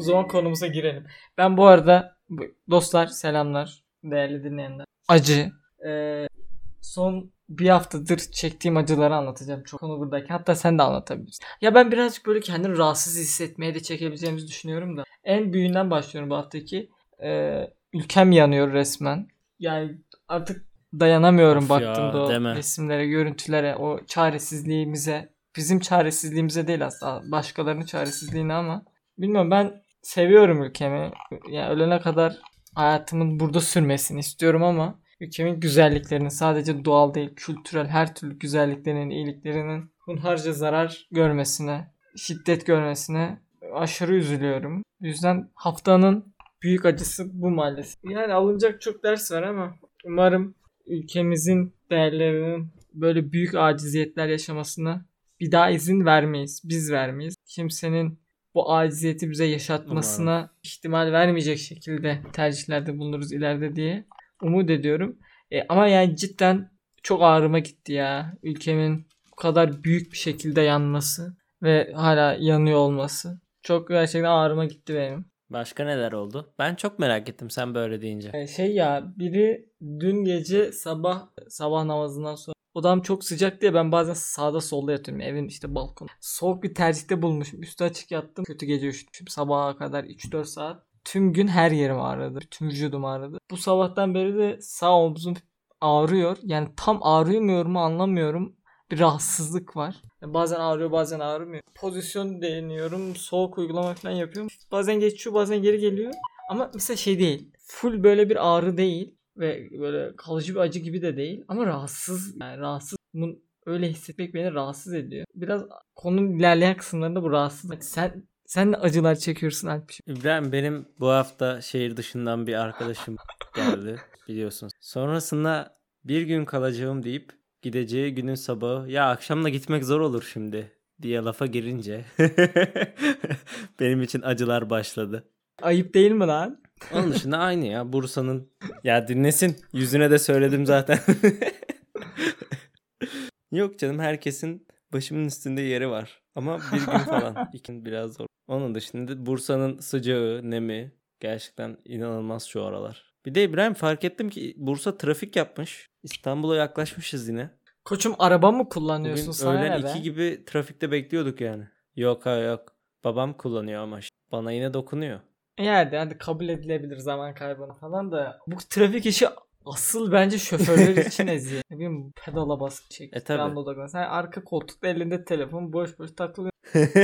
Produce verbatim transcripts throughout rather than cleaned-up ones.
O zaman konumuza girelim. Ben bu arada dostlar selamlar değerli dinleyenler. Acı. Ee, son bir haftadır çektiğim acıları anlatacağım. Çok konu buradayken. Hatta sen de anlatabilirsin. Ya ben birazcık böyle kendimi rahatsız hissetmeye de çekebileceğimizi düşünüyorum da. En büyüğünden başlıyorum bu haftaki. Ee, ülkem yanıyor resmen. Yani artık dayanamıyorum Of baktığımda ya, o deme. resimlere, görüntülere, o çaresizliğimize. Bizim çaresizliğimize değil aslında. Başkalarının çaresizliğine ama. Bilmiyorum, ben seviyorum ülkemi. Yani ölene kadar hayatımın burada sürmesini istiyorum ama ülkemin güzelliklerinin, sadece doğal değil, kültürel her türlü güzelliklerinin, iyiliklerinin hunharca zarar görmesine, şiddet görmesine aşırı üzülüyorum. O yüzden haftanın büyük acısı bu maalesef. Yani alınacak çok ders var ama umarım ülkemizin değerlerinin böyle büyük aciziyetler yaşamasına bir daha izin vermeyiz. Biz vermeyiz. Kimsenin bu aciziyeti bize yaşatmasına Umarım. ihtimal vermeyecek şekilde tercihlerde bulunuruz ileride diye umut ediyorum. E, ama yani cidden çok ağrıma gitti ya. Ülkemin bu kadar büyük bir şekilde yanması ve hala yanıyor olması. Çok gerçekten ağrıma gitti benim. Başka neler oldu? Ben çok merak ettim sen böyle deyince. E, şey ya, biri dün gece sabah sabah namazından sonra odam çok sıcak diye ben bazen sağda solda yatıyorum. Evin işte balkonu. Soğuk bir tercihte bulmuşum. Üstü açık yattım. Kötü gece üşütmüşüm. Sabaha kadar üç dört saat. Tüm gün her yerim ağrıdı. Tüm vücudum ağrıdı. Bu sabahtan beri de sağ omzum ağrıyor. Yani tam ağrıyor mu anlamıyorum. Bir rahatsızlık var. Yani bazen ağrıyor, bazen ağrımıyor. Pozisyon deniyorum. Soğuk uygulama falan yapıyorum. Bazen geçiyor, bazen geri geliyor. Ama mesela şey değil. Full böyle bir ağrı değil. Ve böyle kalıcı bir acı gibi de değil. Ama rahatsız. Yani rahatsız. Bunun öyle hissetmek beni rahatsız ediyor. Biraz konunun ilerleyen kısımlarında bu rahatsızlık. Sen sen de acılar çekiyorsun Alp'ciğim. İbrahim, benim bu hafta şehir dışından bir arkadaşım geldi biliyorsunuz. Sonrasında bir gün kalacağım deyip gideceği günün sabahı ya akşamla gitmek zor olur şimdi diye lafa girince benim için acılar başladı. Ayıp değil mi lan? Onun dışında aynı ya, Bursa'nın, ya dinlesin, yüzüne de söyledim zaten. Yok canım, herkesin başımın üstünde yeri var. Ama bir gün falan. İkin biraz zor. Onun dışında Bursa'nın sıcağı, nemi gerçekten inanılmaz şu aralar. Bir de İbrahim, fark ettim ki Bursa trafik yapmış. İstanbul'a yaklaşmışız yine. Koçum, araba mı kullanıyorsun? Bugün Sana öğlen ne be? iki gibi trafikte bekliyorduk yani. Yok ha yok. Babam kullanıyor ama bana yine dokunuyor. Yani hadi kabul edilebilir zaman kaybını falan da. Bu trafik işi asıl bence şoförler için eziyet. Ne bileyim, pedala bas çek. E tabi. Sen arka koltukta elinde telefon boş boş takılıyor.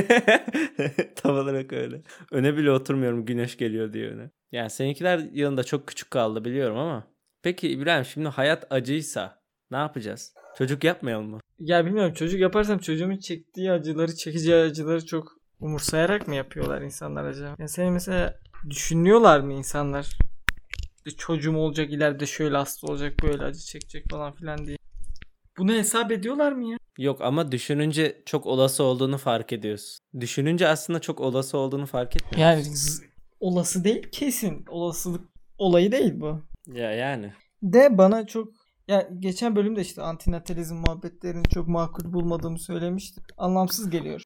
Tam olarak öyle. Öne bile oturmuyorum, güneş geliyor diye öne. Yani seninkiler yanında çok küçük kaldı biliyorum ama. Peki İbrahim, şimdi hayat acıysa ne yapacağız? Çocuk yapmayalım mı? Ya bilmiyorum, çocuk yaparsam çocuğumun çektiği acıları, çekeceği acıları çok umursayarak mı yapıyorlar insanlar acaba? Yani seni mesela düşünüyorlar mı insanlar? İşte çocuğum olacak, ileride şöyle hasta olacak, böyle acı çekecek falan filan diye. Bunu hesap ediyorlar mı ya? Yok, ama düşününce çok olası olduğunu fark ediyorsun. Düşününce aslında çok olası olduğunu fark etmiyor Yani musun? z- olası değil, kesin olasılık olayı değil bu. Ya yani. De bana çok, ya geçen bölümde işte antinatalizm muhabbetlerini çok makul bulmadığımı söylemiştim. Anlamsız geliyor.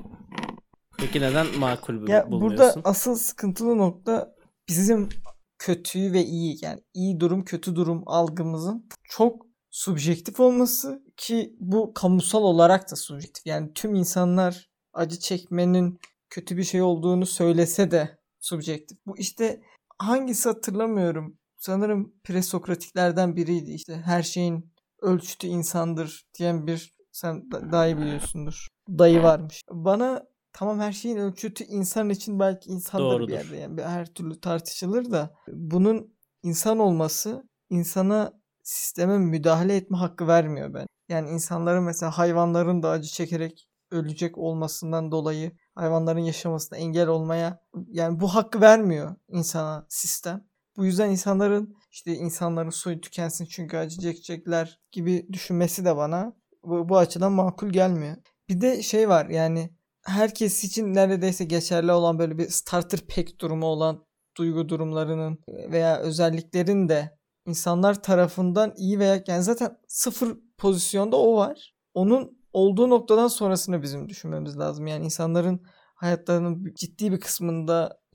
Peki neden makul bul- Ya bulmuyorsun? burada asıl sıkıntılı nokta bizim kötüyü ve iyi, yani iyi durum kötü durum algımızın çok subjektif olması, ki bu kamusal olarak da subjektif. Yani tüm insanlar acı çekmenin kötü bir şey olduğunu söylese de subjektif. Bu işte hangisi hatırlamıyorum. Sanırım presokratiklerden biriydi. İşte her şeyin ölçütü insandır diyen bir, sen da- daha iyi biliyorsundur, dayı varmış. Bana tamam, her şeyin ölçütü insan için belki insandır bir Doğrudur. yerde. Yani her türlü tartışılır da bunun insan olması insana sisteme müdahale etme hakkı vermiyor ben. Yani insanların mesela hayvanların da acı çekerek ölecek olmasından dolayı hayvanların yaşamasına engel olmaya, yani bu hakkı vermiyor insana sistem. Bu yüzden insanların işte insanların soyu tükensin çünkü acı çekecekler gibi düşünmesi de bana bu, bu açıdan makul gelmiyor. Bir de şey var, yani herkes için neredeyse geçerli olan böyle bir starter pack durumu olan duygu durumlarının veya özelliklerin de insanlar tarafından iyi veya, yani zaten sıfır pozisyonda o var. Onun olduğu noktadan sonrasını bizim düşünmemiz lazım. Yani insanların hayatlarının ciddi bir kısmında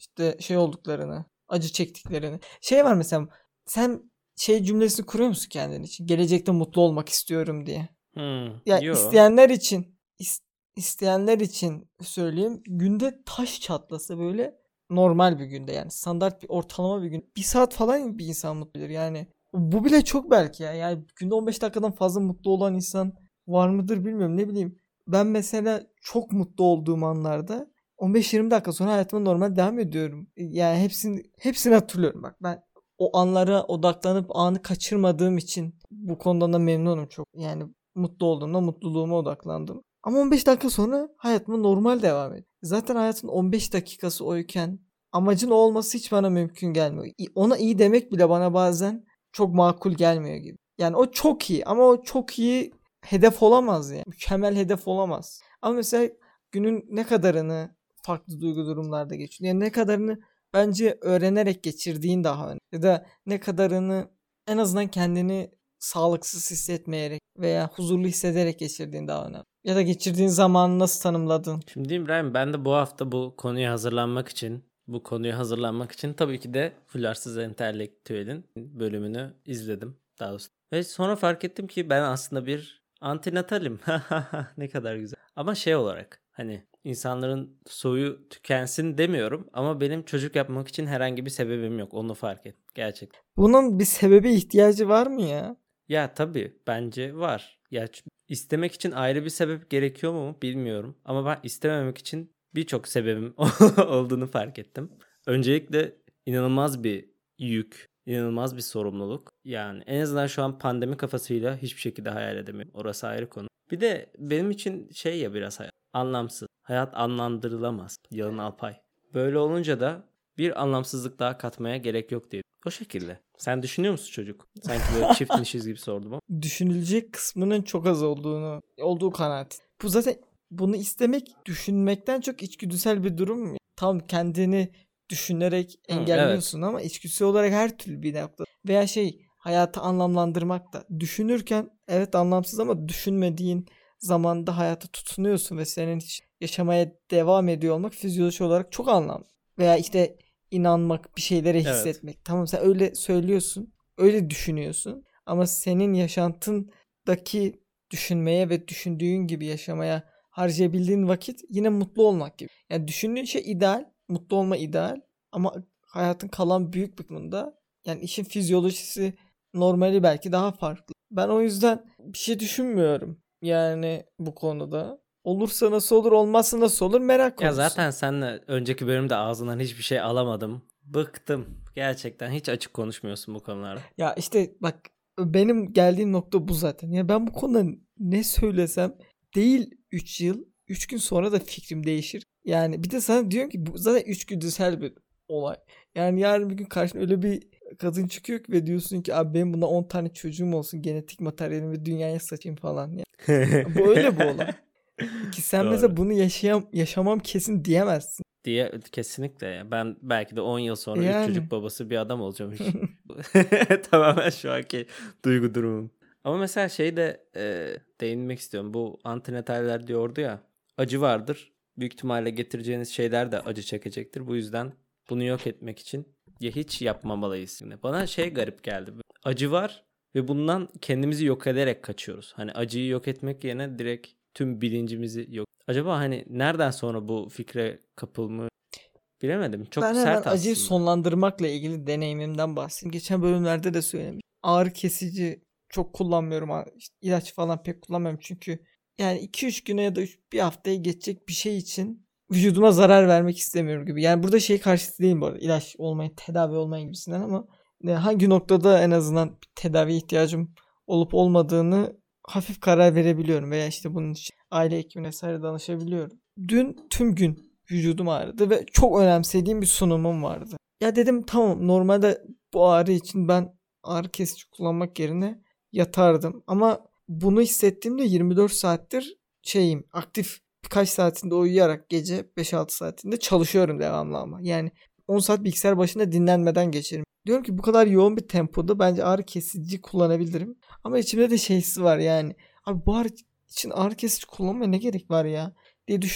işte şey olduklarını, acı çektiklerini. Şey var mesela, sen şey cümlesini kuruyor musun kendin için? Gelecekte mutlu olmak istiyorum diye. Hmm, Ya yo. isteyenler için is- isteyenler için söyleyeyim. Günde taş çatlasa böyle normal bir günde, yani standart bir ortalama bir gün. Bir saat falan bir insan mutludur yani. Bu bile çok belki ya. Yani günde on beş dakikadan fazla mutlu olan insan var mıdır bilmiyorum, ne bileyim. Ben mesela çok mutlu olduğum anlarda on beş yirmi dakika sonra hayatıma normal devam ediyorum. Yani hepsini hepsini hatırlıyorum. Bak ben o anlara odaklanıp anı kaçırmadığım için bu konudan da memnunum çok. Yani mutlu olduğumda mutluluğuma odaklandım. Ama on beş dakika sonra hayatıma normal devam ediyor. Zaten hayatın on beş dakikası oyken amacın o olması hiç bana mümkün gelmiyor. İ- Ona iyi demek bile bana bazen çok makul gelmiyor gibi. Yani o çok iyi ama o çok iyi hedef olamaz yani. Mükemmel hedef olamaz. Ama mesela günün ne kadarını farklı duygu durumlarda geçiyor. Yani ne kadarını bence öğrenerek geçirdiğin daha önemli. Ya da ne kadarını en azından kendini sağlıksız hissetmeyerek veya huzurlu hissederek geçirdiğin daha önemli. Ya da geçirdiğin zamanı nasıl tanımladın? Şimdi İbrahim, ben de bu hafta bu konuya hazırlanmak için bu konuya hazırlanmak için tabii ki de Fularsız Entelektüel'in bölümünü izledim daha doğrusu. Ve sonra fark ettim ki ben aslında bir antinatalim. Ne kadar güzel. Ama şey olarak, hani insanların soyu tükensin demiyorum ama benim çocuk yapmak için herhangi bir sebebim yok. Onu fark ettim gerçekten. Bunun bir sebebe ihtiyacı var mı ya? Ya tabii bence var. Ya ç- istemek için ayrı bir sebep gerekiyor mu bilmiyorum. Ama ben istememek için birçok sebebim olduğunu fark ettim. Öncelikle inanılmaz bir yük, inanılmaz bir sorumluluk. Yani en azından şu an pandemi kafasıyla hiçbir şekilde hayal edemiyorum. Orası ayrı konu. Bir de benim için şey ya, biraz hayat anlamsız. Hayat anlamlandırılamaz. Yalın Alpay. Böyle olunca da bir anlamsızlık daha katmaya gerek yok diye. O şekilde. Sen düşünüyor musun çocuk? Sanki böyle çiftmişiz gibi sordum ama. Düşünülecek kısmının çok az olduğunu, olduğu kanaat. Bu zaten, bunu istemek düşünmekten çok içgüdüsel bir durum mu? Tam kendini düşünerek Hı, engelliyorsun evet. ama içgüdüsel olarak her türlü bir nokta. Veya şey, hayatı anlamlandırmak da. Düşünürken evet anlamsız ama düşünmediğin zamanda hayata tutunuyorsun ve senin hiç yaşamaya devam ediyor olmak fizyolojik olarak çok anlamlı. Veya işte inanmak, bir şeylere Evet. hissetmek. Tamam, sen öyle söylüyorsun, öyle düşünüyorsun. Ama senin yaşantındaki düşünmeye ve düşündüğün gibi yaşamaya harcayabildiğin vakit yine mutlu olmak gibi. Yani düşündüğün şey ideal, mutlu olma ideal ama hayatın kalan büyük bir kısmında yani işin fizyolojisi, normali belki daha farklı. Ben o yüzden bir şey düşünmüyorum yani bu konuda. Olursa nasıl olur, olmazsa nasıl olur, merak Ya konusu. zaten seninle önceki bölümde ağzından hiçbir şey alamadım. Bıktım. Gerçekten hiç açık konuşmuyorsun bu konularda. Ya işte bak, benim geldiğim nokta bu zaten. Ya ben bu konuda ne söylesem değil üç yıl, üç gün sonra da fikrim değişir. Yani bir de sana diyorum ki bu zaten içgüdüsel bir olay. Yani yarın bir gün karşına öyle bir kadın çıkıyor ki ve diyorsun ki abi benim bundan on tane çocuğum olsun, genetik materyalimi dünyaya saçayım falan. Ya. Bu öyle bir olay. Ki sen Doğru. mesela bunu yaşayam yaşamam kesin diyemezsin. Diye kesinlikle ya. Ben belki de on yıl sonra üç Yani. çocuk babası bir adam olacağım hiç. Tamamen şu anki duygu durumum. Ama mesela şey de e, değinmek istiyorum. Bu antinataller diyordu ya. Acı vardır. Büyük ihtimalle getireceğiniz şeyler de acı çekecektir. Bu yüzden bunu yok etmek için ya hiç yapmamalıyız. Yine. Bana şey garip geldi. Acı var ve bundan kendimizi yok ederek kaçıyoruz. Hani acıyı yok etmek yerine direkt tüm bilincimizi yok. Acaba hani nereden sonra bu fikre kapılmış? Bilemedim. Çok Ben hemen sert acıyı aslında. sonlandırmakla ilgili deneyimimden bahsedeyim. Geçen bölümlerde de söylemiştim. Ağrı kesici çok kullanmıyorum. A- işte ilaç falan pek kullanmıyorum. Çünkü yani iki üç güne ya da üç bir haftaya geçecek bir şey için vücuduma zarar vermek istemiyorum gibi. Yani burada şey karşıtı değilim bu arada. İlaç olmayı, tedavi olmayı gibisinden ama e, hangi noktada en azından bir tedavi ihtiyacım olup olmadığını hafif karar verebiliyorum. Veya işte bunun için aile hekimine vesaire danışabiliyorum. Dün tüm gün vücudum ağrıdı ve çok önemsediğim bir sunumum vardı. Ya dedim tamam, normalde bu ağrı için ben ağrı kesici kullanmak yerine yatardım. Ama bunu hissettiğimde yirmi dört saattir şeyim aktif, birkaç saatinde uyuyarak gece beş altı saatinde çalışıyorum devamlı ama. Yani on saat bilgisayar başında dinlenmeden geçerim. Diyorum ki bu kadar yoğun bir tempoda bence ağrı kesici kullanabilirim. Ama içimde de şeysi var yani. Abi bu ağrı için ağrı kesici kullanmaya ne gerek var ya diye düşünüp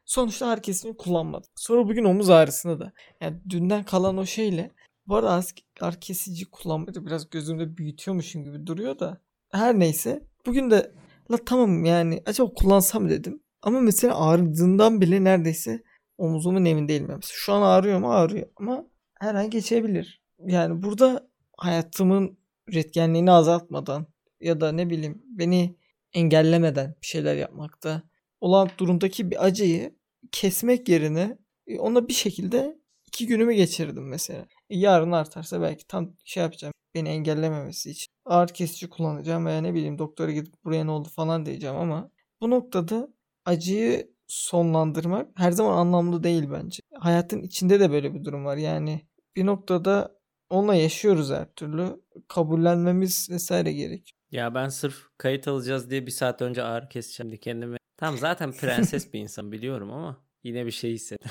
Sonuçta ağrı kesici kullanmadım. Sonra bugün omuz ağrısında da. Yani dünden kalan o şeyle bu arada ağrı kesici kullanmayı biraz gözümde büyütüyormuşum gibi duruyor da. Her neyse. Bugün de la tamam yani acaba kullansam dedim. Ama mesela ağrıdığından bile neredeyse omuzumun emin değilim. Mesela şu an ağrıyor mu? Ağrıyor. Ama her an geçebilir. Yani burada hayatımın üretkenliğini azaltmadan ya da ne bileyim beni engellemeden bir şeyler yapmakta olan durumdaki bir acıyı kesmek yerine ona bir şekilde iki günümü geçirdim mesela. Yarın artarsa belki tam şey yapacağım. Beni engellememesi için ağrı kesici kullanacağım veya ne bileyim doktora gidip buraya ne oldu falan diyeceğim ama bu noktada acıyı sonlandırmak her zaman anlamlı değil bence. Hayatın içinde de böyle bir durum var. Yani bir noktada onunla yaşıyoruz her türlü. Kabullenmemiz vesaire gerek. Ya ben sırf kayıt alacağız diye bir saat önce ağrı keseceğim diye kendimi. Tamam zaten prenses bir insan biliyorum ama yine bir şey hissettim.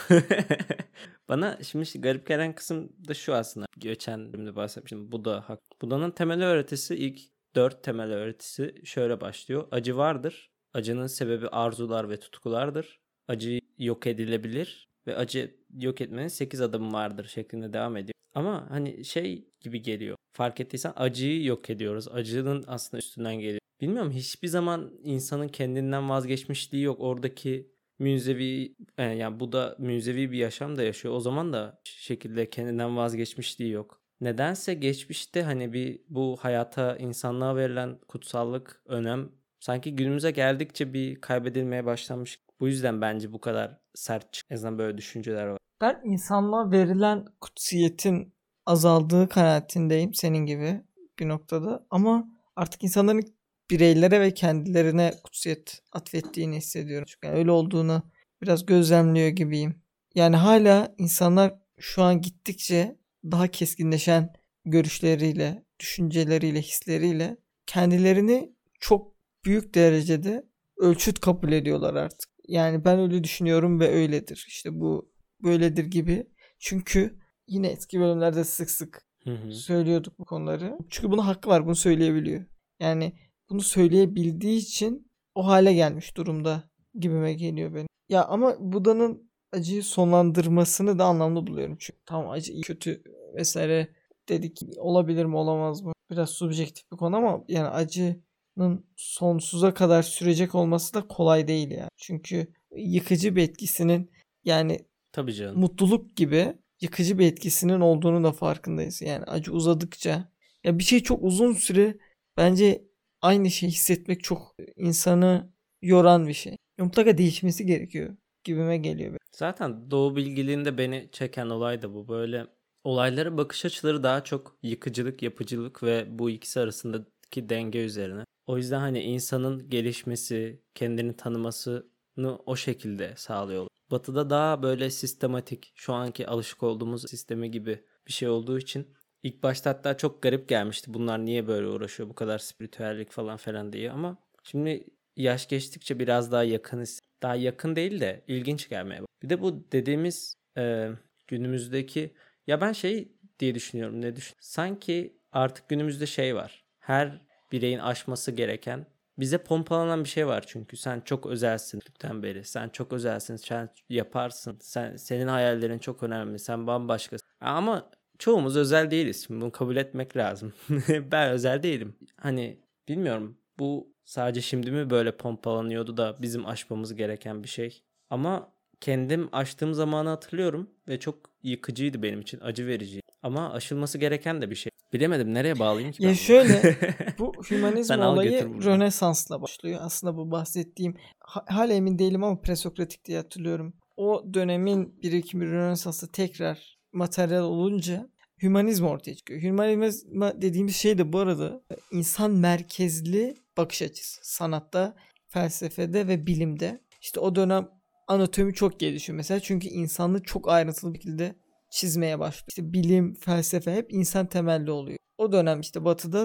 Bana şimdi işte garip gelen kısım da şu aslında. Geçen bölümde bahsetmiştim. Buda hak. Buda'nın temel öğretisi ilk dört temel öğretisi şöyle başlıyor. Acı vardır. Acının sebebi arzular ve tutkulardır. Acı yok edilebilir ve acı yok etmenin sekiz adımı vardır şeklinde devam ediyor. Ama hani şey gibi geliyor. Fark ettiysen acıyı yok ediyoruz. Acının aslında üstünden geliyor. Bilmiyorum hiçbir zaman insanın kendinden vazgeçmişliği yok. Oradaki münzevi yani bu da münzevi bir yaşam da yaşıyor. O zaman da şekilde kendinden vazgeçmişliği yok. Nedense geçmişte hani bir bu hayata, insanlığa verilen kutsallık, önem sanki günümüze geldikçe bir kaybedilmeye başlanmış. Bu yüzden bence bu kadar sert çık. En azından böyle düşünceler var. Ben insanlığa verilen kutsiyetin azaldığı kanaatindeyim senin gibi bir noktada. Ama artık insanların bireylere ve kendilerine kutsiyet atfettiğini hissediyorum. Çünkü yani öyle olduğunu biraz gözlemliyor gibiyim. Yani hala insanlar şu an gittikçe daha keskinleşen görüşleriyle, düşünceleriyle, hisleriyle kendilerini çok büyük derecede ölçüt kabul ediyorlar artık. Yani ben öyle düşünüyorum ve öyledir. İşte bu böyledir gibi. Çünkü yine eski bölümlerde sık sık Hı hı. söylüyorduk bu konuları. Çünkü buna hakkı var. Bunu söyleyebiliyor. Yani bunu söyleyebildiği için o hale gelmiş durumda gibime geliyor benim. Ya ama Buda'nın acıyı sonlandırmasını da anlamlı buluyorum. Çünkü tamam acı iyi kötü vesaire dedik. Olabilir mi olamaz mı? Biraz subjektif bir konu ama yani acının sonsuza kadar sürecek olması da kolay değil yani. Çünkü yıkıcı bir etkisinin yani Tabii canım. mutluluk gibi yıkıcı bir etkisinin olduğunu da farkındayız. Yani acı uzadıkça ya bir şey çok uzun süre bence aynı şeyi hissetmek çok insanı yoran bir şey. Mutlaka değişmesi gerekiyor gibime geliyor. Zaten Doğu bilgiliğinde beni çeken olay da bu. Böyle olaylara bakış açıları daha çok yıkıcılık, yapıcılık ve bu ikisi arasındaki denge üzerine. O yüzden hani insanın gelişmesi, kendini tanımasını o şekilde sağlıyor. Batı'da daha böyle sistematik, şu anki alışık olduğumuz sistemi gibi bir şey olduğu için ilk başta hatta çok garip gelmişti. Bunlar niye böyle uğraşıyor, bu kadar spiritüellik falan falan diye ama şimdi yaş geçtikçe biraz daha yakın, daha yakın değil de ilginç gelmeye başladı. Bir de bu dediğimiz e, günümüzdeki ya ben şey diye düşünüyorum, ne düşün? Sanki artık günümüzde şey var. Her bireyin aşması gereken bize pompalanan bir şey var çünkü sen çok özelsin küçükten beri. Sen çok özelsin, sen yaparsın. Sen senin hayallerin çok önemli. Sen bambaşkasın. Ama çoğumuz özel değiliz. Şimdi bunu kabul etmek lazım. Ben özel değilim. Hani bilmiyorum. Bu sadece şimdi mi böyle pompalanıyordu da bizim aşmamız gereken bir şey. Ama kendim aştığım zamanı hatırlıyorum ve çok yıkıcıydı benim için, acı verici. Ama aşılması gereken de bir şey. Bilemedim nereye bağlayayım ki ben Ya bunu? şöyle bu hümanizm Sen al olayı götür buradan. Rönesans'la başlıyor. Aslında bu bahsettiğim ha- hala emin değilim ama presokratik diye hatırlıyorum. O dönemin birikimi Rönesans'ta tekrar materyal olunca hümanizm ortaya çıkıyor. Hümanizm dediğimiz şey de bu arada insan merkezli bakış açısı. Sanatta, felsefede ve bilimde. İşte o dönem anatomi çok gelişiyor mesela. Çünkü insanlığı çok ayrıntılı bir şekilde çizmeye başlıyor. İşte bilim, felsefe hep insan temelli oluyor. O dönem işte Batı'da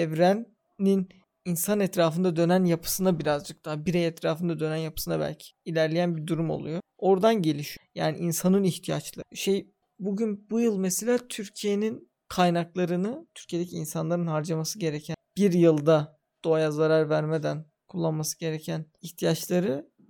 evrenin insan etrafında dönen yapısına birazcık daha birey etrafında dönen yapısına belki ilerleyen bir durum oluyor. Oradan gelişiyor. Yani insanın ihtiyaçları. Şey bugün bu yıl mesela Türkiye'nin kaynaklarını Türkiye'deki insanların harcaması gereken bir yılda doğaya zarar vermeden kullanması gereken ihtiyaçları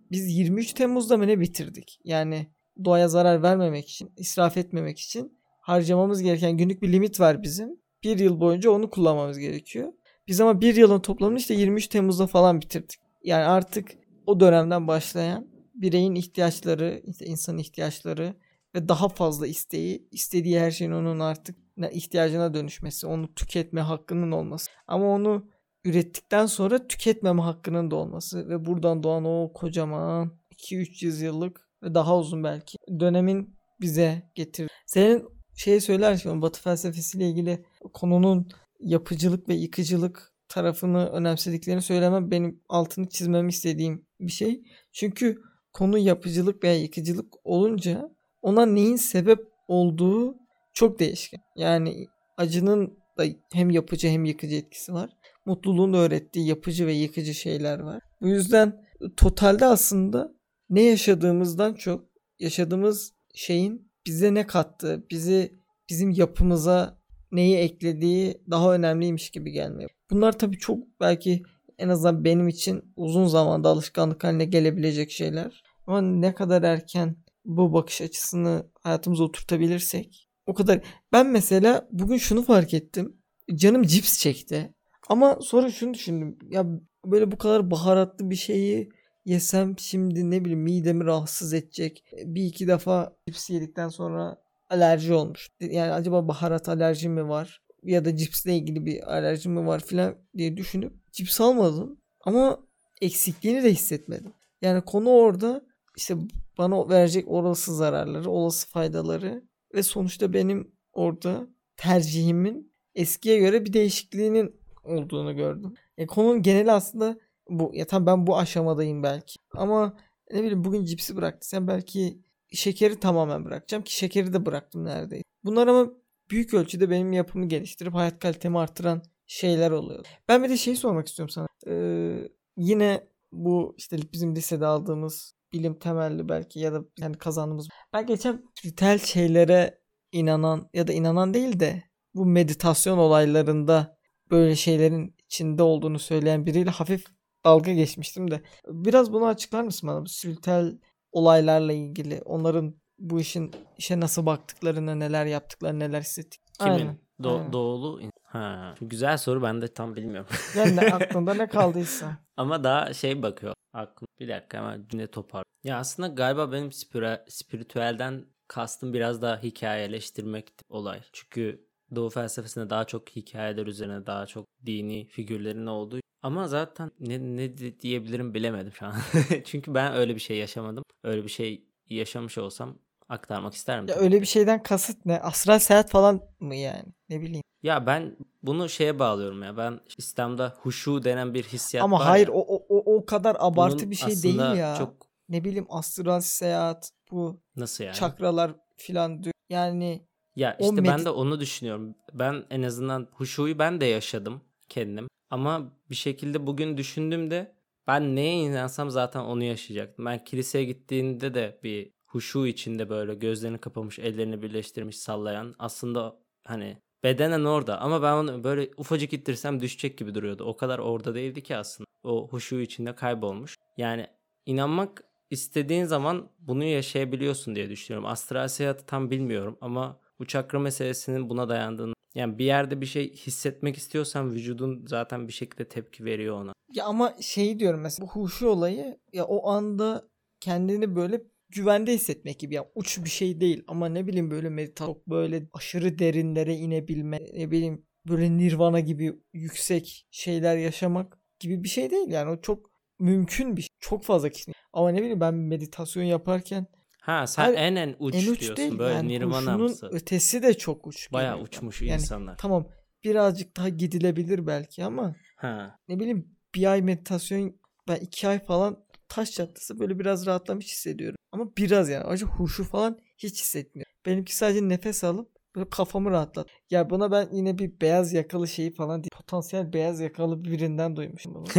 biz yirmi üç Temmuz'da mı ne bitirdik? Yani doğaya zarar vermemek için, israf etmemek için harcamamız gereken günlük bir limit var bizim. Bir yıl boyunca onu kullanmamız gerekiyor. Biz ama bir yılın toplamını işte yirmi üç Temmuz'da falan bitirdik. Yani artık o dönemden başlayan bireyin ihtiyaçları, işte insanın ihtiyaçları ve daha fazla isteği, istediği her şeyin onun artık ihtiyacına dönüşmesi, onu tüketme hakkının olması. Ama onu ürettikten sonra tüketmeme hakkının da olması ve buradan doğan o kocaman iki üç yüz yıllık ve daha uzun belki dönemin bize getirdi. Senin şey söylerken Batı felsefesiyle ilgili konunun yapıcılık ve yıkıcılık tarafını önemsediklerini söylemem benim altını çizmemi istediğim bir şey. Çünkü konu yapıcılık veya yıkıcılık olunca ona neyin sebep olduğu çok değişken. Yani acının da hem yapıcı hem yıkıcı etkisi var. Mutluluğun öğrettiği yapıcı ve yıkıcı şeyler var. Bu yüzden totalde aslında ne yaşadığımızdan çok yaşadığımız şeyin bize ne kattığı, bizi bizim yapımıza neyi eklediği daha önemliymiş gibi gelmiyor. Bunlar tabii çok belki en azından benim için uzun zamanda alışkanlık haline gelebilecek şeyler. Ama ne kadar erken bu bakış açısını hayatımıza oturtabilirsek o kadar. Ben mesela bugün şunu fark ettim. Canım cips çekti. Ama sonra şunu düşündüm. Ya böyle bu kadar baharatlı bir şeyi yesem şimdi ne bileyim midemi rahatsız edecek. Bir iki defa cips yedikten sonra alerji olmuş. Yani acaba baharat alerjim mi var? Ya da cipsle ilgili bir alerjim mi var filan diye düşünüp cips almadım. Ama eksikliğini de hissetmedim. Yani konu orada işte bana verecek olası zararları, olası faydaları ve sonuçta benim orada tercihimin eskiye göre bir değişikliğinin olduğunu gördüm. E, konunun geneli aslında bu. Ya tamam ben bu aşamadayım belki. Ama ne bileyim bugün cipsi bıraktıysam belki şekeri tamamen bırakacağım ki şekeri de bıraktım neredeyse. Bunlar ama büyük ölçüde benim yapımı geliştirip hayat kalitemi artıran şeyler oluyor. Ben bir de şey sormak istiyorum sana. Ee, yine bu işte bizim lisede aldığımız bilim temelli belki ya da yani kazandığımız. Ben geçen ritüel şeylere inanan ya da inanan değil de bu meditasyon olaylarında böyle şeylerin içinde olduğunu söyleyen biriyle hafif dalga geçmiştim de. Biraz bunu açıklar mısın bana? Bu spiritüel olaylarla ilgili. Onların bu işin işe nasıl baktıklarını, neler yaptıklarını, neler hissettik. Kimin? Aynen. Do- Aynen. doğulu. Ha. Güzel soru, ben de tam bilmiyorum. Yani ne, aklında ne kaldıysa. Ama daha şey bakıyor. Aklım. Bir dakika hemen cümle topar. Ya aslında galiba benim spira- spiritüelden kastım biraz daha hikayeleştirmek olay. Çünkü Doğu felsefesinde daha çok hikayeler üzerine, daha çok dini figürlerin olduğu. Ama zaten ne, ne di- diyebilirim bilemedim şu an. Çünkü ben öyle bir şey yaşamadım. Öyle bir şey yaşamış olsam aktarmak isterim. Ya tabii öyle ki. bir şeyden kasıt ne? Astral seyahat falan mı yani? Ne bileyim. Ya ben bunu şeye bağlıyorum ya. Ben İslam'da huşu denen bir hissiyat Ama var hayır ya. o, o, o, o kadar abartı Bunun bir şey değil aslında ya. çok Ne bileyim astral seyahat bu nasıl yani? çakralar filan diyor. Yani Ya o işte ben medit de onu düşünüyorum. Ben en azından huşuyu ben de yaşadım kendim. Ama bir şekilde bugün düşündüğümde ben neye inansam zaten onu yaşayacaktım. Ben kiliseye gittiğinde de bir huşu içinde böyle gözlerini kapamış, ellerini birleştirmiş sallayan, aslında hani bedenen orada ama ben onu böyle ufacık ittirsem düşecek gibi duruyordu. O kadar orada değildi ki aslında. O huşu içinde kaybolmuş. Yani inanmak istediğin zaman bunu yaşayabiliyorsun diye düşünüyorum. Astral seyahati tam bilmiyorum ama bu çakra meselesinin buna dayandığını, yani bir yerde bir şey hissetmek istiyorsan vücudun zaten bir şekilde tepki veriyor ona. ya ama şey diyorum mesela bu huşu olayı ya o anda kendini böyle güvende hissetmek gibi ya uç bir şey değil ama ne bileyim böyle meditasyon böyle aşırı derinlere inebilme ne bileyim böyle nirvana gibi yüksek şeyler yaşamak gibi bir şey değil yani o çok mümkün bir şey. Çok fazla kişi. Ama ne bileyim ben meditasyon yaparken Ha sen hayır, en en en uç uç diyorsun, değil böyle yani huşunun nirvanamsı. ötesi de çok uç Bayağı geliyor bana. uçmuş Yani insanlar. tamam birazcık daha gidilebilir belki ama Ha. ne bileyim bir ay meditasyon ben iki ay falan taş çatlasa böyle biraz rahatlamış hissediyorum. Ama biraz yani acı huşu falan hiç hissetmiyorum. Benimki sadece nefes alıp böyle kafamı rahatlat. Ya buna ben yine bir beyaz yakalı şeyi falan değil. Potansiyel beyaz yakalı birinden duymuşum bunu.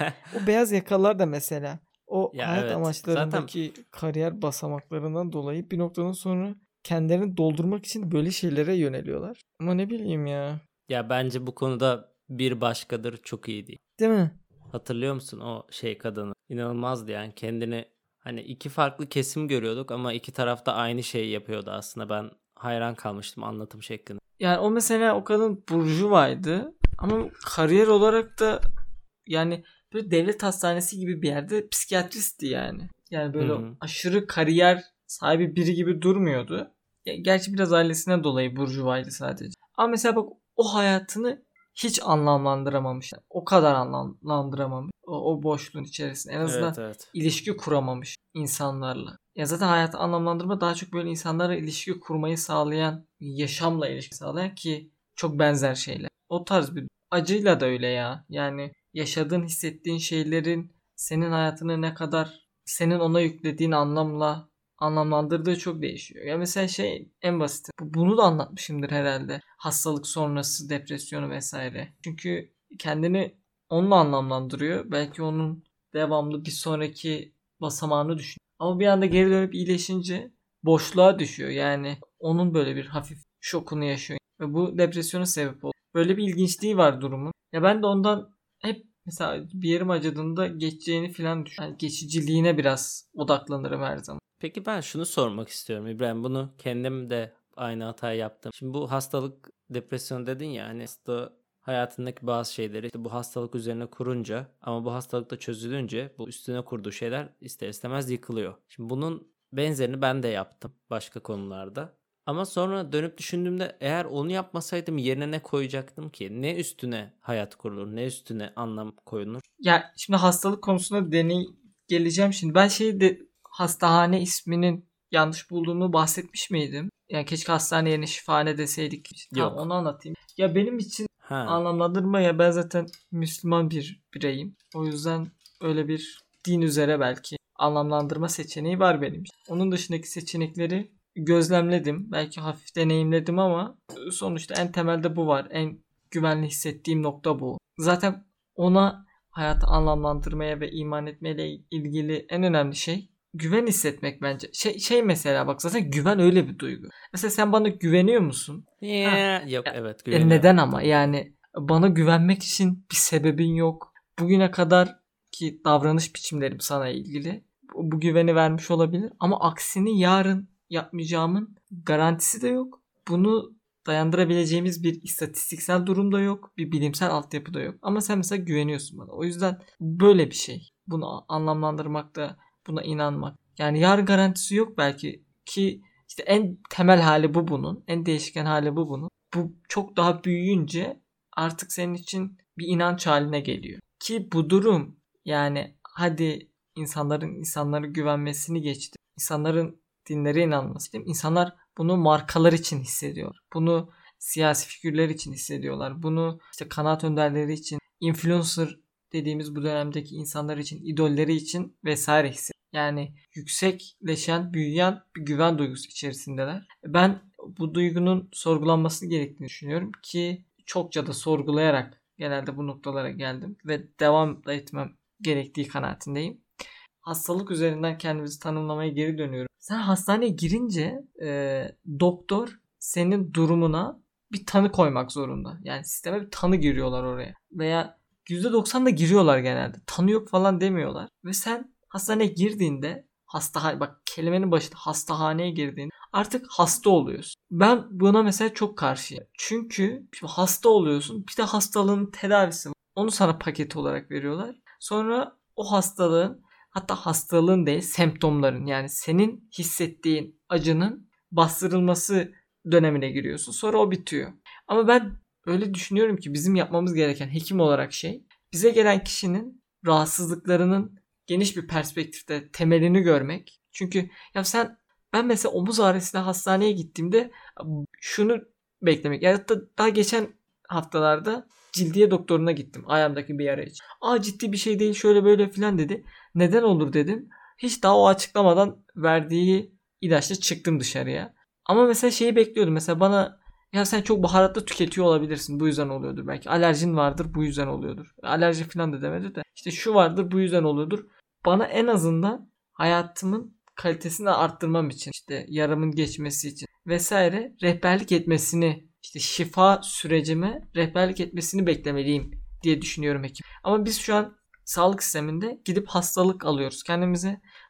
O beyaz yakalılar da mesela o Ya hayat evet. Zaten amaçlarındaki kariyer basamaklarından dolayı bir noktadan sonra kendilerini doldurmak için böyle şeylere yöneliyorlar. Ama ne bileyim ya. ya bence bu konuda bir başkadır çok iyi değil. Değil mi? Hatırlıyor musun o şey kadını? İnanılmazdı yani, kendini Hani iki farklı kesim görüyorduk ama iki tarafta aynı şeyi yapıyordu aslında. Ben hayran kalmıştım anlatım şekline. Yani o mesela o kadın burjuvaydı ama kariyer olarak da yani böyle devlet hastanesi gibi bir yerde psikiyatristti yani. Yani böyle Hı hı. aşırı kariyer sahibi biri gibi durmuyordu. Ya, gerçi biraz ailesine dolayı burjuvaydı sadece. Ama mesela bak o hayatını hiç anlamlandıramamış. Yani o kadar anlamlandıramamış. O, o boşluğun içerisinde. En azından Evet evet. ilişki kuramamış insanlarla. Ya zaten hayatı anlamlandırma daha çok böyle insanlarla ilişki kurmayı sağlayan, yaşamla ilişki sağlayan ki çok benzer şeyler. O tarz bir acıyla da öyle ya. Yani yaşadığın, hissettiğin şeylerin senin hayatını ne kadar senin ona yüklediğin anlamla anlamlandırdığı çok değişiyor. Ya mesela şey en basit. Bunu da anlatmışımdır herhalde. Hastalık sonrası depresyonu vesaire. Çünkü kendini onunla anlamlandırıyor. Belki onun devamlı bir sonraki basamağını düşünüyor. Ama bir anda geri dönüp iyileşince boşluğa düşüyor. Yani onun böyle bir hafif şokunu yaşıyor. Ve bu depresyona sebep oluyor. Böyle bir ilginçliği var durumun. Ya ben de ondan hep mesela bir yerim acıdığında geçeceğini falan düşünüyorum. Yani geçiciliğine biraz odaklanırım her zaman. Peki ben şunu sormak istiyorum İbrahim. Bunu kendim de aynı hatayı yaptım. Şimdi bu hastalık, depresyon dedin ya, hani hasta hayatındaki bazı şeyleri işte bu hastalık üzerine kurunca ama bu hastalık da çözülünce bu üstüne kurduğu şeyler ister istemez yıkılıyor. Şimdi bunun benzerini ben de yaptım başka konularda. Ama sonra dönüp düşündüğümde eğer onu yapmasaydım yerine ne koyacaktım ki? Ne üstüne hayat kurulur, ne üstüne anlam koyulur? Ya şimdi hastalık konusunda deney geleceğim şimdi. Ben şeyi de hastahane isminin yanlış bulduğumu bahsetmiş miydim? Yani keşke hastane yerine şifahane deseydik. Tamam Yok. onu anlatayım. Ya benim için Ha. anlamlandırma ya ben zaten Müslüman bir bireyim. O yüzden öyle bir din üzere belki anlamlandırma seçeneği var benim için. Onun dışındaki seçenekleri gözlemledim. Belki hafif deneyimledim ama sonuçta en temelde bu var. En güvenli hissettiğim nokta bu. Zaten ona hayatı anlamlandırmaya ve iman etmeyle ilgili en önemli şey güven hissetmek bence. Şey, şey mesela bak zaten güven öyle bir duygu. Mesela sen bana güveniyor musun? Ha, Yeah. Yok ya, evet e güveniyorum. neden ama Tabii. yani bana güvenmek için bir sebebin yok. Bugüne kadar ki davranış biçimlerim sana ilgili bu, bu güveni vermiş olabilir ama aksini yarın yapmayacağımın garantisi de yok. Bunu dayandırabileceğimiz bir istatistiksel durum da yok. Bir bilimsel altyapı da yok. Ama sen mesela güveniyorsun bana. O yüzden böyle bir şey. Bunu anlamlandırmak da buna inanmak. Yani yarın garantisi yok belki ki işte en temel hali bu bunun. En değişken hali bu bunun. Bu çok daha büyüyünce artık senin için bir inanç haline geliyor. Ki bu durum yani hadi insanların insanlara güvenmesini geçti. İnsanların dinlere inanması değil mi? İnsanlar bunu markalar için hissediyor. Bunu siyasi figürler için hissediyorlar. Bunu işte kanaat önderleri için, influencer dediğimiz bu dönemdeki insanlar için, idolleri için vesaire hissediyor. Yani yüksekleşen, büyüyen bir güven duygusu içerisindeler. Ben bu duygunun sorgulanması gerektiğini düşünüyorum ki çokça da sorgulayarak genelde bu noktalara geldim ve devam da etmem gerektiği kanaatindeyim. Hastalık üzerinden kendimizi tanımlamaya geri dönüyorum. Sen hastaneye girince e, doktor senin durumuna bir tanı koymak zorunda. Yani sisteme bir tanı giriyorlar oraya. Veya yüzde doksan da giriyorlar genelde. Tanı yok falan demiyorlar. Ve sen hastaneye girdiğinde hastahane bak kelimenin başında hastahaneye girdiğinde artık hasta oluyorsun. Ben buna mesela çok karşıyım. Çünkü hasta oluyorsun. Bir de hastalığın tedavisi var. Onu sana paket olarak veriyorlar. Sonra o hastalığın hatta hastalığın değil semptomların yani senin hissettiğin acının bastırılması dönemine giriyorsun. Sonra o bitiyor. Ama ben öyle düşünüyorum ki bizim yapmamız gereken hekim olarak şey bize gelen kişinin rahatsızlıklarının geniş bir perspektifte temelini görmek. Çünkü ya sen ben mesela omuz ağrısıyla hastaneye gittiğimde şunu beklemek. Ya hatta daha geçen haftalarda cildiye doktoruna gittim ayağımdaki bir yara için. Aa ciddi bir şey değil şöyle böyle filan dedi. Neden olur dedim. Hiç daha o açıklamadan verdiği ilaçla çıktım dışarıya. Ama mesela şeyi bekliyordum. Mesela bana ya sen çok baharatlı tüketiyor olabilirsin. Bu yüzden oluyordur belki. Alerjin vardır bu yüzden oluyordur. Alerji filan da demedi de. İşte şu vardır bu yüzden oluyordur. Bana en azından hayatımın kalitesini arttırmam için işte yaramın geçmesi için vesaire rehberlik etmesini işte şifa sürecime rehberlik etmesini beklemeliyim diye düşünüyorum hekim. Ama biz şu an sağlık sisteminde gidip hastalık alıyoruz kendimize.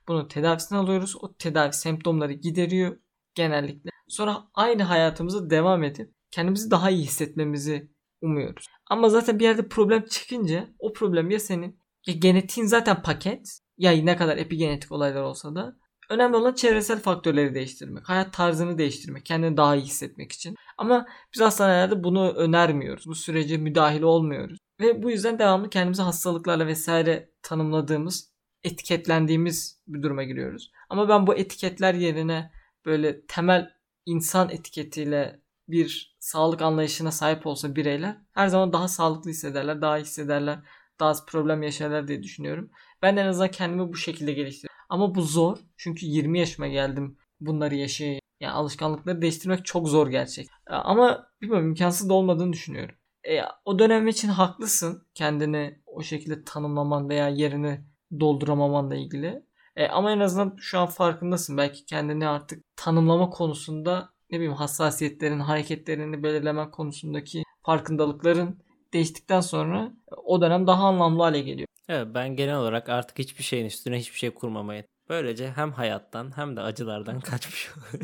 Bunun tedavisini alıyoruz. O tedavi semptomları gideriyor genellikle. Sonra aynı hayatımıza devam edip kendimizi daha iyi hissetmemizi umuyoruz. Ama zaten bir yerde problem çıkınca o problem ya senin ya genetiğin zaten paket, ya ne kadar epigenetik olaylar olsa da önemli olan çevresel faktörleri değiştirmek. Hayat tarzını değiştirmek. Kendini daha iyi hissetmek için. Ama biz hastanelerde bunu önermiyoruz. Bu sürece müdahil olmuyoruz. Ve bu yüzden devamlı kendimizi hastalıklarla vesaire tanımladığımız, etiketlendiğimiz bir duruma giriyoruz. Ama ben bu etiketler yerine böyle temel insan etiketiyle bir sağlık anlayışına sahip olsa bireyler her zaman daha sağlıklı hissederler, daha iyi hissederler, daha az problem yaşarlar diye düşünüyorum. Ben en azından kendimi bu şekilde geliştiriyorum. Ama bu zor. Çünkü yirmi yaşıma geldim bunları yaşayayım. Yani alışkanlıkları değiştirmek çok zor gerçek. Ama bilmiyorum, imkansız da olmadığını düşünüyorum. E, o dönem için haklısın. Kendini o şekilde tanımlaman veya yerini dolduramamanla ilgili. E, ama en azından şu an farkındasın. Belki kendini artık tanımlama konusunda, ne bileyim, hassasiyetlerin, hareketlerini belirleme konusundaki farkındalıkların değiştikten sonra o dönem daha anlamlı hale geliyor. Evet, ben genel olarak artık hiçbir şeyin üstüne hiçbir şey kurmamaya. Böylece hem hayattan hem de acılardan kaçmış oluyor.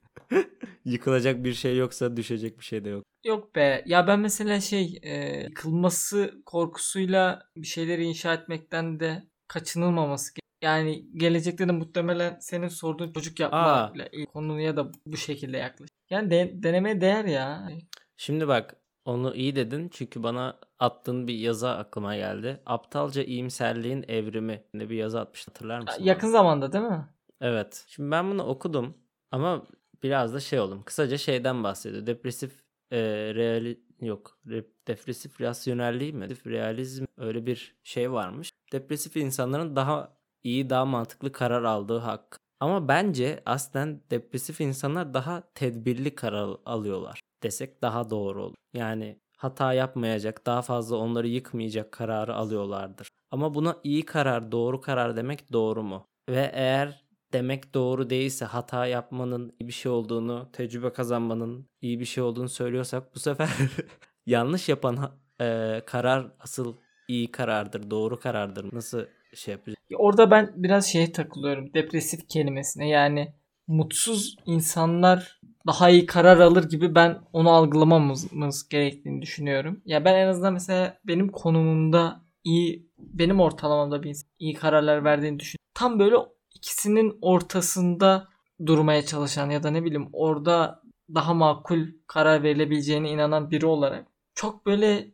Yıkılacak bir şey yoksa düşecek bir şey de yok. Yok be. Ya ben mesela şey e, yıkılması korkusuyla bir şeyleri inşa etmekten de kaçınılmaması. Yani gelecekte de muhtemelen senin sorduğun çocuk yapma Aa, ile ilgili konuya da bu şekilde yaklaş. Yani de, denemeye değer ya. şimdi bak, onu iyi dedin çünkü bana attığın bir yazı aklıma geldi. Aptalca iyimserliğin evrimi diye bir yazı atmıştın, hatırlar mısın Yakın bana? zamanda değil mi? Evet. Şimdi ben bunu okudum ama biraz da şey oldum. Kısaca şeyden bahsediyor. Depresif e, reali yok. Re- depresif rasyonelliği mi? Depresif realizm, öyle bir şey varmış. Depresif insanların daha iyi, daha mantıklı karar aldığı hak. Ama bence aslen depresif insanlar daha tedbirli karar alıyorlar desek daha doğru olur. Yani hata yapmayacak, daha fazla onları yıkmayacak kararı alıyorlardır. Ama buna iyi karar, doğru karar demek doğru mu? Ve eğer demek doğru değilse, hata yapmanın iyi bir şey olduğunu, tecrübe kazanmanın iyi bir şey olduğunu söylüyorsak, bu sefer yanlış yapan ha- e, karar asıl iyi karardır, doğru karardır. Nasıl şey yapacağız? Ya orada ben biraz şeye takılıyorum. Depresif kelimesine. Yani mutsuz insanlar daha iyi karar alır gibi ben onu algılamamız gerektiğini düşünüyorum. Ya ben en azından mesela benim konumumda iyi, benim ortalamamda bir insan iyi kararlar verdiğini düşünüyorum. Tam böyle ikisinin ortasında durmaya çalışan ya da ne bileyim orada daha makul karar verilebileceğine inanan biri olarak çok böyle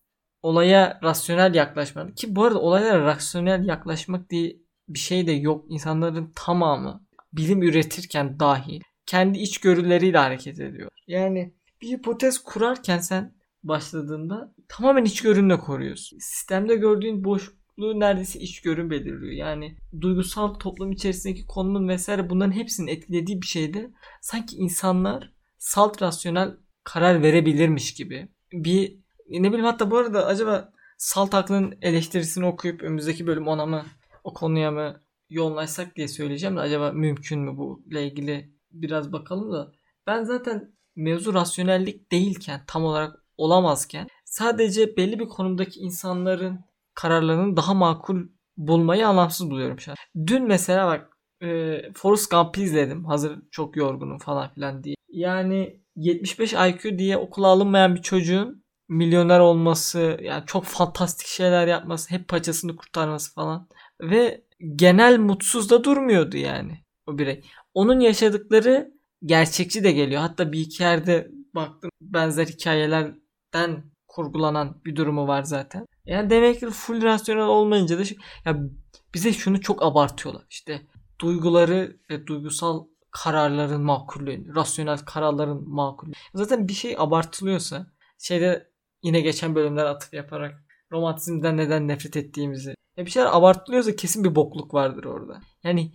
olaya rasyonel yaklaşmak, ki bu arada olaylara rasyonel yaklaşmak diye bir şey de yok. İnsanların tamamı bilim üretirken dahil kendi içgörüleriyle hareket ediyor. Yani bir hipotez kurarken sen başladığında tamamen içgörünle koruyorsun. Sistemde gördüğün boşluğu neredeyse içgörün belirliyor. Yani duygusal toplum içerisindeki konumun vesaire, bunların hepsinin etkilediği bir şeyde sanki insanlar salt rasyonel karar verebilirmiş gibi bir, ne bileyim, hatta bu arada acaba Salt Aklı'nın eleştirisini okuyup önümüzdeki bölüm ona mı, o konuya mı yoğunlaşsak diye söyleyeceğim de acaba mümkün mü, bu ile ilgili biraz bakalım da. Ben zaten mevzu rasyonellik değilken, tam olarak olamazken, sadece belli bir konumdaki insanların kararlarını daha makul bulmayı anlamsız buluyorum şu an. Dün mesela bak, e, Forrest Gump'ı izledim. Hazır çok yorgunum falan filan diye. Yani yetmiş beş I Q diye okula alınmayan bir çocuğun milyoner olması, yani çok fantastik şeyler yapması, hep paçasını kurtarması falan ve genel mutsuz da durmuyordu yani o birey. Onun yaşadıkları gerçekçi de geliyor. Hatta bir iki yerde baktım, benzer hikayelerden kurgulanan bir durumu var zaten. Yani demek ki full rasyonel olmayınca da şey, ya bize şunu çok abartıyorlar. İşte duyguları ve duygusal kararların makullüğünü, rasyonel kararların makullüğünü. Zaten bir şey abartılıyorsa, şeyde yine geçen bölümler atıf yaparak romantizmden neden nefret ettiğimizi, ya bir şeyler abartılıyorsa kesin bir bokluk vardır orada. Yani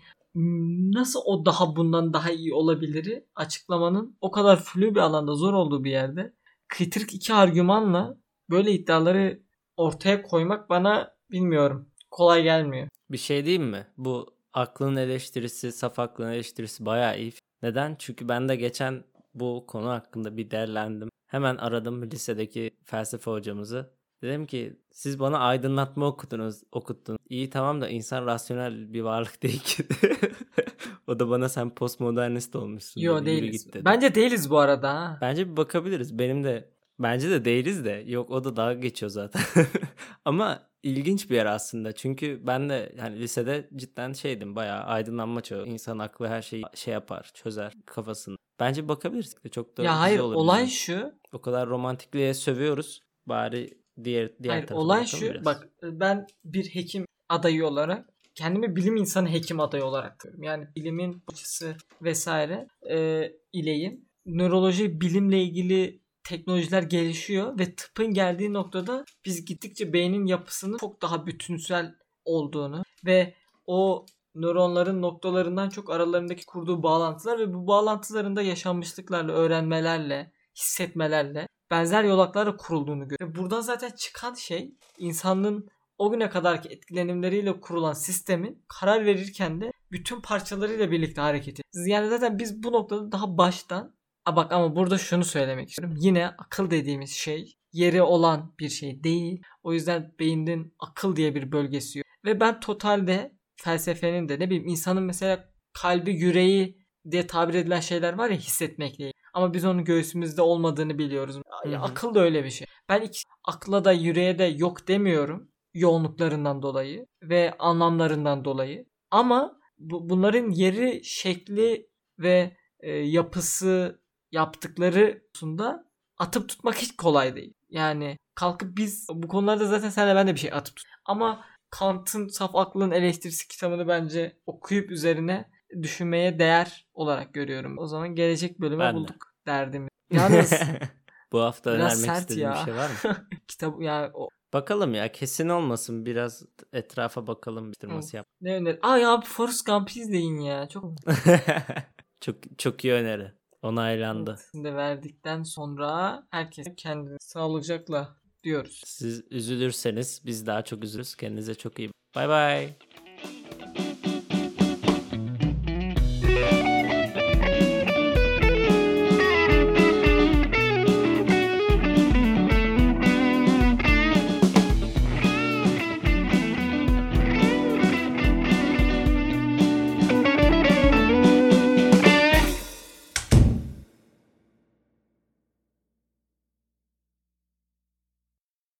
nasıl o daha bundan daha iyi olabiliri açıklamanın o kadar flu bir alanda, zor olduğu bir yerde kritik iki argümanla böyle iddiaları ortaya koymak bana, bilmiyorum, kolay gelmiyor. Bir şey diyeyim mi? Bu aklın eleştirisi, saf aklın eleştirisi bayağı iyi. Neden? Çünkü ben de geçen bu konu hakkında bir derlendim. Hemen aradım lisedeki felsefe hocamızı. Dedim ki siz bana aydınlatma okudunuz, okuttunuz. İyi tamam da insan rasyonel bir varlık değil ki. O da bana sen postmodernist olmuşsun Yo dedi. Yürü değiliz. git dedi. Bence değiliz bu arada ha. Bence bir bakabiliriz. Benim de bence de değiliz de. Yok o da dalga geçiyor zaten. Ama ilginç bir yer aslında. Çünkü ben de hani lisede cidden şeydim. Bayağı aydınlanma çağı. İnsan aklı her şeyi şey yapar, çözer kafasını. Bence bir bakabiliriz. Çok da Ya güzel hayır olur olay bizim. şu. O kadar romantikliğe sövüyoruz. Bari diğer diğer Hayır tarafa olay bakalım şu. biraz. Bak ben bir hekim adayı olarak kendimi bilim insanı hekim adayı olarak görüyorum. Yani bilimin açısı vesaire e, ileyim. Nöroloji bilimle ilgili teknolojiler gelişiyor ve tıpın geldiği noktada biz gittikçe beynin yapısının çok daha bütünsel olduğunu ve o nöronların noktalarından çok aralarındaki kurduğu bağlantılar ve bu bağlantılarında yaşanmışlıklarla, öğrenmelerle, hissetmelerle benzer yolaklarla kurulduğunu görüyoruz. Ve buradan zaten çıkan şey insanlığın o güne kadarki etkilenimleriyle kurulan sistemin karar verirken de bütün parçalarıyla birlikte hareket ediyor. Yani zaten biz bu noktada daha baştan a bak ama burada şunu söylemek istiyorum. Yine akıl dediğimiz şey yeri olan bir şey değil. O yüzden beynin akıl diye bir bölgesi yok. Ve ben totalde felsefenin de ne bileyim insanın mesela kalbi, yüreği diye tabir edilen şeyler var ya hissetmekle ilgili. Ama biz onun göğsümüzde olmadığını biliyoruz. Hı hı. Akıl da öyle bir şey. Ben iki, akla da yüreğe de yok demiyorum. Yoğunluklarından dolayı ve anlamlarından dolayı. Ama bu, bunların yeri, şekli ve e, yapısı, yaptıkları konusunda atıp tutmak hiç kolay değil. Yani kalkıp biz bu konularda zaten senle ben de bir şey atıp tut. Ama Kant'ın Saf Aklın Eleştirisi kitabını bence okuyup üzerine düşünmeye değer olarak görüyorum. O zaman gelecek bölüme Ben de. bulduk derdimi. Yalnız Bu hafta biraz önermek sert istediğin ya. bir şey var mı? Kitap yani o Bakalım ya kesin olmasın. Biraz etrafa bakalım. Bitirmesi yap. ne öneri? Ay abi Forrest Gump'ı izleyin ya. Çok Çok çok iyi öneri. Onaylandı. evet, de verdikten sonra herkes kendini sağlıcakla diyoruz. Siz üzülürseniz biz daha çok üzülürüz. Kendinize çok iyi bakın. Bay bay.